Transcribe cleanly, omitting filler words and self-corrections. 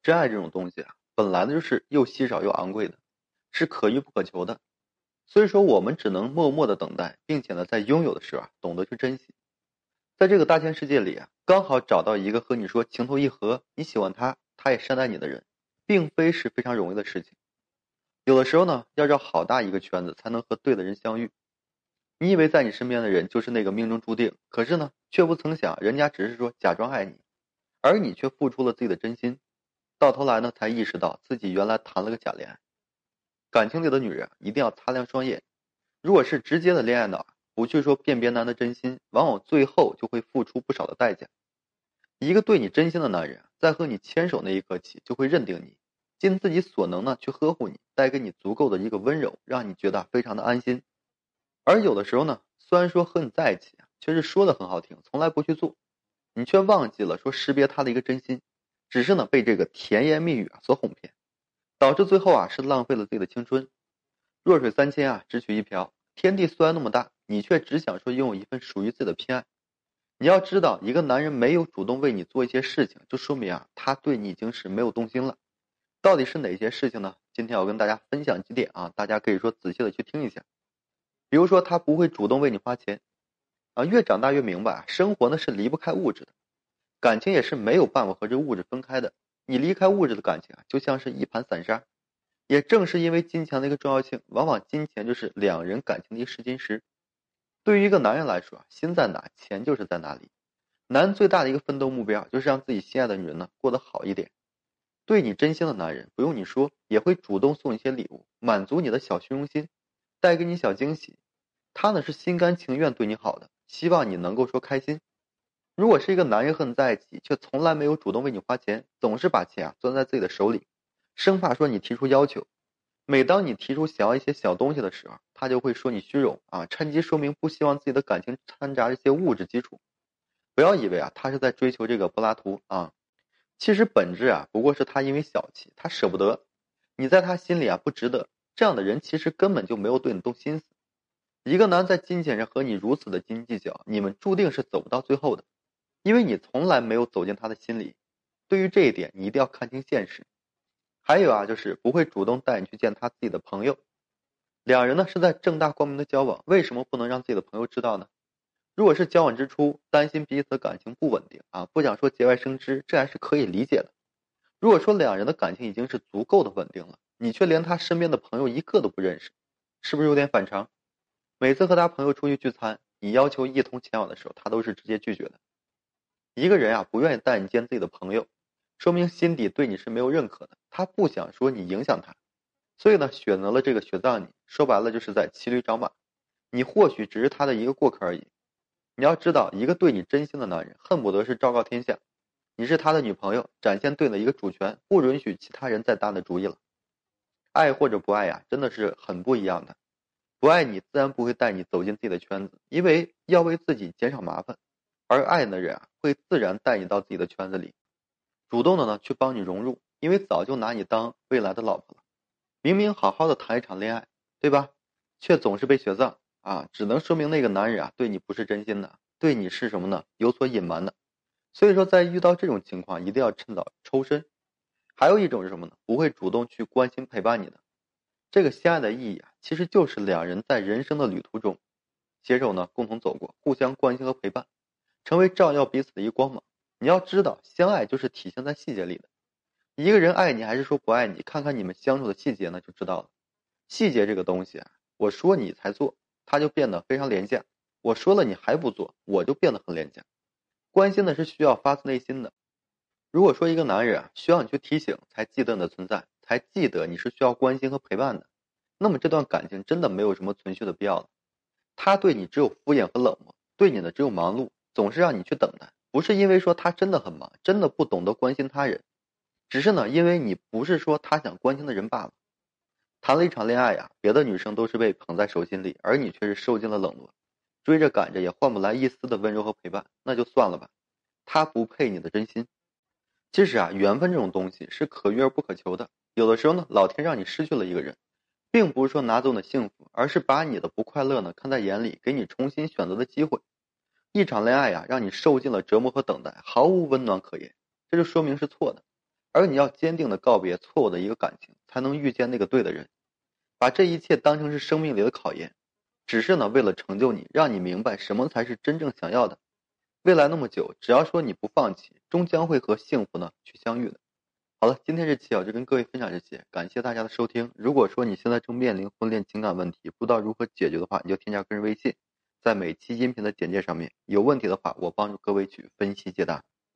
真爱这种东西啊，本来呢就是又稀少又昂贵的，是可遇不可求的。所以说，我们只能默默的等待，并且呢，在拥有的时候啊，懂得去珍惜。在这个大千世界里啊，刚好找到一个和你说情投意合，你喜欢他，他也善待你的人，并非是非常容易的事情。有的时候呢，要绕好大一个圈子才能和对的人相遇。你以为在你身边的人就是那个命中注定，可是呢，却不曾想，人家只是说假装爱你，而你却付出了自己的真心。到头来呢，才意识到自己原来谈了个假恋爱。感情里的女人一定要擦亮双眼，如果是直接的恋爱脑，不去说辨别男的真心，往往最后就会付出不少的代价。一个对你真心的男人，在和你牵手那一刻起，就会认定你，尽自己所能呢去呵护你，带给你足够的一个温柔，让你觉得非常的安心。而有的时候呢，虽然说和你在一起却是说的很好听，从来不去做，你却忘记了说识别他的一个真心，只是呢被这个甜言蜜语所哄骗，导致最后是浪费了自己的青春。弱水三千只取一瓢，天地虽然那么大，你却只想说拥有一份属于自己的偏爱。你要知道，一个男人没有主动为你做一些事情，就说明他对你已经是没有动心了。到底是哪些事情呢？今天我跟大家分享几点大家可以说仔细的去听一下。比如说，他不会主动为你花钱越长大越明白生活呢是离不开物质的，感情也是没有办法和这物质分开的。你离开物质的感情就像是一盘散沙。也正是因为金钱的一个重要性，往往金钱就是两人感情的一试金石。对于一个男人来说心在哪，钱就是在哪里。男人最大的一个奋斗目标就是让自己心爱的女人呢过得好一点。对你真心的男人，不用你说，也会主动送一些礼物，满足你的小虚荣心，带给你小惊喜。他呢是心甘情愿对你好的，希望你能够说开心。如果是一个男人和你在一起，却从来没有主动为你花钱，总是把钱攥在自己的手里，生怕说你提出要求。每当你提出想要一些小东西的时候，他就会说你虚荣趁机说明不希望自己的感情掺杂一些物质基础。不要以为他是在追求这个柏拉图其实本质不过是他因为小气，他舍不得你，在他心里不值得。这样的人其实根本就没有对你动心思。一个男在金钱上和你如此的斤斤计较，你们注定是走不到最后的，因为你从来没有走进他的心里。对于这一点，你一定要看清现实。还有就是不会主动带你去见他自己的朋友。两人呢是在正大光明的交往，为什么不能让自己的朋友知道呢？如果是交往之初担心彼此的感情不稳定不想说节外生枝，这还是可以理解的。如果说两人的感情已经是足够的稳定了，你却连他身边的朋友一个都不认识，是不是有点反常？每次和他朋友出去聚餐，你要求一同前往的时候，他都是直接拒绝的。一个人不愿意带你见自己的朋友，说明心底对你是没有认可的，他不想说你影响他，所以呢选择了这个雪藏你，说白了就是在骑驴找马。你或许只是他的一个过客而已。你要知道，一个对你真心的男人恨不得是昭告天下，你是他的女朋友，展现对的一个主权，不允许其他人再搭的主意了。爱或者不爱真的是很不一样的。不爱你自然不会带你走进自己的圈子，因为要为自己减少麻烦。而爱的人会自然带你到自己的圈子里，主动的呢去帮你融入，因为早就拿你当未来的老婆了。明明好好的谈一场恋爱，对吧？却总是被雪藏只能说明那个男人对你不是真心的，对你是什么呢？有所隐瞒的。所以说，在遇到这种情况，一定要趁早抽身。还有一种是什么呢？不会主动去关心陪伴你的。这个相爱的意义其实就是两人在人生的旅途中，携手呢共同走过，互相关心和陪伴，成为照耀彼此的一个光芒。你要知道，相爱就是体现在细节里的。一个人爱你还是说不爱你，看看你们相处的细节呢就知道了。细节这个东西我说你才做，它就变得非常廉价；我说了你还不做，我就变得很廉价。关心的是需要发自内心的。如果说一个男人需要你去提醒才记得你的存在，才记得你是需要关心和陪伴的，那么这段感情真的没有什么存续的必要了。他对你只有敷衍和冷漠，对你呢只有忙碌，总是让你去等待。不是因为说他真的很忙，真的不懂得关心他人，只是呢因为你不是说他想关心的人罢了。谈了一场恋爱别的女生都是被捧在手心里，而你却是受尽了冷落，追着赶着也换不来一丝的温柔和陪伴，那就算了吧。他不配你的真心。其实缘分这种东西是可遇而不可求的。有的时候呢，老天让你失去了一个人，并不是说拿走你的幸福，而是把你的不快乐呢看在眼里，给你重新选择的机会。一场恋爱让你受尽了折磨和等待，毫无温暖可言，这就说明是错的。 而你要坚定的告别错误的一个感情，才能遇见那个对的人。把这一切当成是生命里的考验，只是呢为了成就你，让你明白什么才是真正想要的。未来那么久，只要说你不放弃，终将会和幸福呢去相遇的。好了，今天这期就跟各位分享这些，感谢大家的收听。如果说你现在正面临婚恋情感问题，不知道如何解决的话，你就添加个人微信，在每期音频的简介上面，有问题的话，我帮助各位去分析解答。